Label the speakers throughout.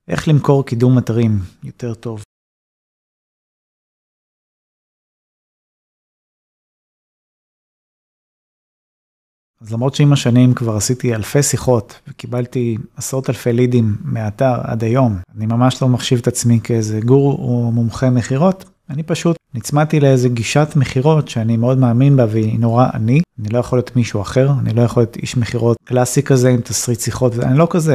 Speaker 1: איך למכור קידום אתרים יותר טוב. אז למרות שעם השנים כבר עשיתי אלפי שיחות, וקיבלתי עשרות אלפי לידים מהאתר עד היום, אני ממש לא מחשיב את עצמי כאיזה גורו או מומחה מחירות, אני פשוט נצמדתי לאיזה גישת מחירות שאני מאוד מאמין בה והיא נורא אני לא יכול להיות מישהו אחר, אני לא יכול להיות איש מחירות קלאסי כזה עם תסריט שיחות, אני לא כזה,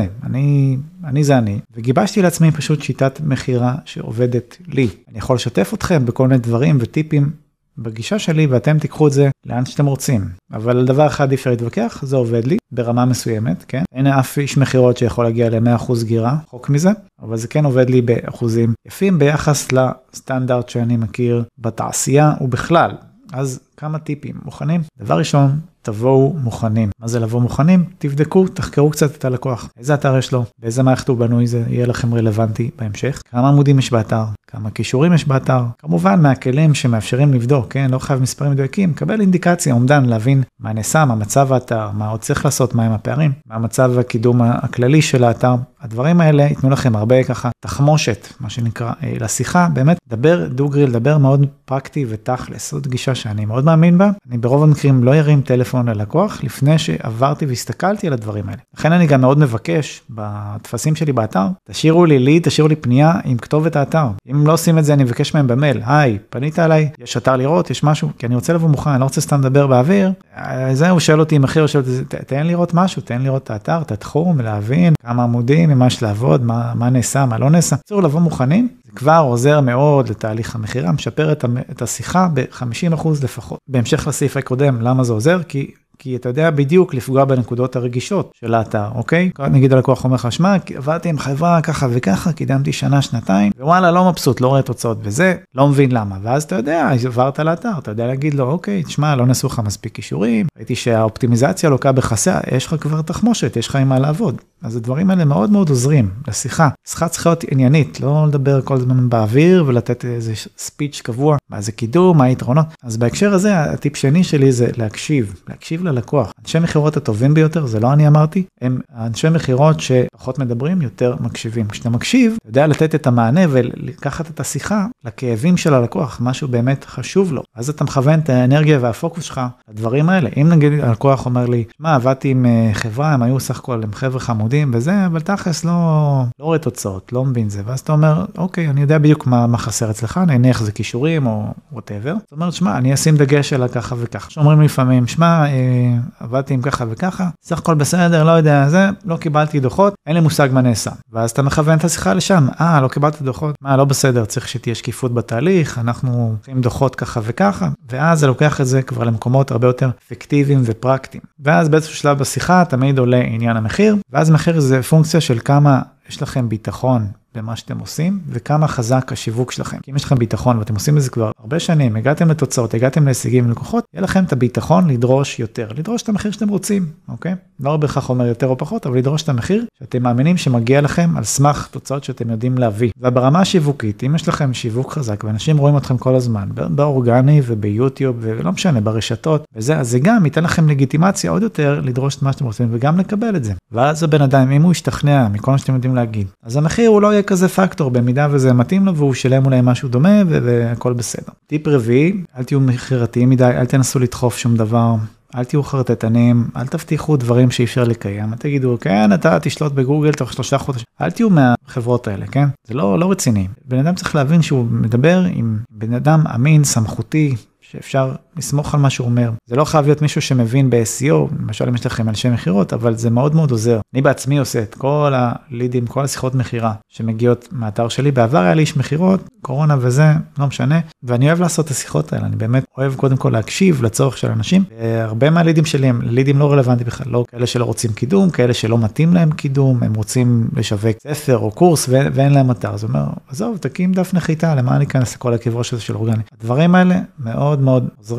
Speaker 1: אני זה אני, וגיבשתי לעצמי פשוט שיטת מחירה שעובדת לי. אני יכול לשתף אתכם בכל מיני דברים וטיפים בגישה שלי, ואתם תיקחו את זה לאן שאתם רוצים. אבל דבר אחד אפשר להתווכח, זה עובד לי ברמה מסוימת, כן? אין אף איש מחירות שיכול להגיע ל-100% גירה, חוק מזה, אבל זה כן עובד לי באחוזים יפים ביחס לסטנדרט שאני מכיר בתעשייה ובכלל. אז כמה טיפים, מוכנים? דבר ראשון, תבואו מוכנים. מה זה לבוא מוכנים? תבדקו, תחקרו קצת את הלקוח. איזה אתר יש לו? באיזה מערכת הוא בנוי? זה יהיה לכם רלוונטי בהמשך. כמה עמודים יש באתר? כמה קישורים יש באתר? כמובן, מהכלים שמאפשרים לבדוק, כן? לא חייב מספרים מדויקים. קבל אינדיקציה, אומדן, להבין מה נעשה, מה מצב האתר, מה עוד צריך לעשות, מה הם הפערים, מה מצב הקידום הכללי של האתר. הדברים האלה ייתנו לכם הרבה ככה תחמושת, מה שנקרא, לשיחה. באמת, דבר דוגרי, לדבר מאוד פרקטי ותכלס. זאת גישה שאני מאוד מאמין בה. אני ברוב המקרים לא ירים טלפון ללקוח לפני שעברתי והסתכלתי על הדברים האלה. לכן אני גם מאוד מבקש בתפסים שלי באתר, תשאירו לי פנייה עם כתובת האתר. אם לא עושים את זה, אני מבקש מהם במייל. היי, פנית עליי, יש אתר לראות, יש משהו, כי אני רוצה לבוא מוכן, אני לא רוצה סתם לדבר באוויר. זהו, שואל אותי מחיר, תן לראות משהו, תן לראות את האתר, את התחום, להבין כמה עמודים, ממה יש לעבוד, מה נעשה, מה לא נעשה. צריך לבוא מוכנים. זה כבר עוזר מאוד לתהליך המחירה, משפר את השיחה ב-50% לפחות. בהמשך לסעיף הקודם, למה זה עוזר? כי אתה יודע בדיוק לפגוע בנקודות הרגישות של האתר, אוקיי? נגיד הלקוח אומר לך, שמע, עבדתי עם חברה ככה וככה, קידמתי שנה, שנתיים, ווואלה, לא מבסוט, לא רואה תוצאות וזה, לא מבין למה. ואז אתה יודע, עברת לאתר, אתה יודע להגיד לו, אוקיי, תשמע, לא נעשו לך מספיק קישורים, ראיתי שהאופטימיזציה לוקה בחסר, יש לך כבר תחמושת, יש לך עם מה לעבוד. אז הדברים האלה מאוד מאוד עוזרים לשיחה. שיחה צריכה להיות עניינית, לא לדבר כל הזמן באוויר ולתת איזה ספיץ' קבוע, מה זה קידום, מה היתרונות. אז בהקשר הזה, הטיפ שני שלי זה להקשיב ללקוח. אנשי מחירות הטובים ביותר, זה לא אני אמרתי, הם אנשי מחירות שפחות מדברים, יותר מקשיבים. כשאתה מקשיב, אתה יודע לתת את המענה ולקחת את השיחה לכאבים של הלקוח, משהו באמת חשוב לו. אז אתה מכוון את האנרגיה והפוקוס שלך לדברים האלה. אם נגיד הלקוח אומר לי, מה, עבדתי עם חברה, הם היו סך הכל עם חבר'ה חמודים וזה, אבל תכלס לא רואה תוצאות, לא מבין זה. ואז אתה אומר, אוקיי, אני יודע בדיוק מה חסר אצלך, נניח זה קישורים או whatever. זאת אומרת, שמע, אני אשים דגש על ככה וככה. שאומרים לפעמים, שמע, עבדתי עם ככה וככה, סך הכל בסדר, לא יודע, זה, לא קיבלתי דוחות, אין לי מושג מה נעשה. ואז אתה מכוון את השיחה לשם, לא קיבלתי דוחות, לא בסדר, צריך שתהיה שקיפות בתהליך, אנחנו עושים דוחות ככה וככה, ואז זה לוקח את זה כבר למקומות הרבה יותר אפקטיביים ופרקטיים. ואז באיזשהו שלב בשיחה תמיד עולה עניין המחיר, ואז מחיר זה פונקציה של כמה יש לכם ביטחון במה שאתם עושים, וכמה חזק השיווק שלכם. כי אם יש לכם ביטחון, ואתם עושים את זה כבר הרבה שנים, הגעתם לתוצאות, הגעתם להישגים ולקוחות, יהיה לכם את הביטחון לדרוש יותר, לדרוש את המחיר שאתם רוצים, אוקיי? לא בהכרח אומר יותר או פחות, אבל לדרוש את המחיר שאתם מאמינים שמגיע לכם על סמך תוצאות שאתם יודעים להביא. וברמה השיווקית, אם יש לכם שיווק חזק, ואנשים רואים אתכם כל הזמן, באורגני וביוטיוב, ולא משנה, ברשתות, וזה, אז זה גם ייתן לכם לגיטימציה עוד יותר לדרוש את מה שאתם רוצים, וגם לקבל את זה. ואז הבן אדם, אם הוא ישתכנע מכל מה שאתם יודעים להגיד, אז המחיר הוא לא יהיה כזה פקטור, במידה וזה מתאים לו, והוא שלם אולי משהו דומה, והכל בסדר. טיפ רביעי, אל תהיו מחירתיים מדי, אל תנסו לדחוף שום דבר, אל תהיו חרטטנים, אל תבטיחו דברים שאי אפשר לקיים, תגידו, כן, אתה תשלוט בגוגל תוך 3 חודשים, אל תהיו מהחברות האלה, כן? זה לא רציני. בן אדם צריך להבין שהוא מדבר עם בן אדם אמין, סמכותי, שאפשר לסמוך על מה שהוא אומר. זה לא חייב להיות מישהו שמבין ב-SEO, למשל אם יש לכם אנשי מחירות, אבל זה מאוד מאוד עוזר. אני בעצמי עושה את כל הלידים, כל השיחות מחירה שמגיעות מהאתר שלי. בעבר היה לי איש מחירות, קורונה וזה, לא משנה, ואני אוהב לעשות את השיחות האלה. אני באמת אוהב קודם כל להקשיב לצורך של אנשים. הרבה מהלידים שלי הם לידים לא רלוונטיים בכלל, לא כאלה שלא רוצים קידום, כאלה שלא מתאים להם קידום, הם רוצים לשווק ספר או קורס ואין להם אתר. זאת אומרת, עזוב, תקים דף נחיתה, למה אני אכנס לכל הכברוש הזה של אורגני. הדברים האלה מאוד מאוד עוזרים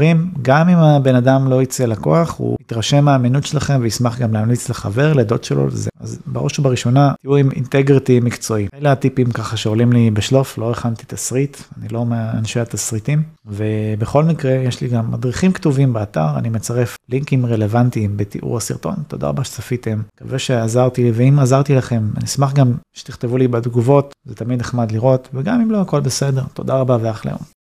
Speaker 1: מכירים, גם אם הבן אדם לא יצא לקוח, הוא יתרשם מהאמינות שלכם וישמח גם להמליץ לחבר, לדוד שלו לזה. אז בראש ובראשונה, תהיו עם אינטגריטי מקצועי. אלה הטיפים ככה שעולים לי בשלוף, לא הכנתי תסריט, אני לא מאנשי התסריטים, ובכל מקרה יש לי גם מדריכים כתובים באתר, אני מצרף לינקים רלוונטיים בתיאור הסרטון. תודה רבה שצפיתם, מקווה שעזרתי לי, ואם עזרתי לכם, אני אשמח גם שתכתבו לי בתגובות, זה תמיד נחמד לראות, וגם אם לא, הכל בסדר. תודה רבה ואחלה יום.